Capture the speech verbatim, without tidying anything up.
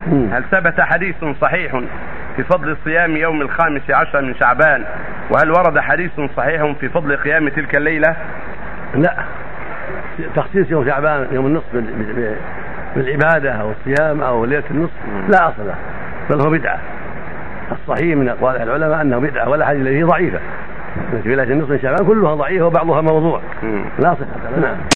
هل ثبت حديث صحيح في فضل صيام يوم الخامس عشر من شعبان؟ وهل ورد حديث صحيح في فضل قيام تلك الليلة؟ لا، تخصيص يوم شعبان يوم النصف بالعبادة أو الصيام أو ليلة النصف لا أصل له، بل هو بدعة. الصحيح من أقوال العلماء أنه بدعة، ولا حديث التي ضعيفة في ليلة النصف من شعبان كلها ضعيفة وبعضها موضوع لا صحة لها.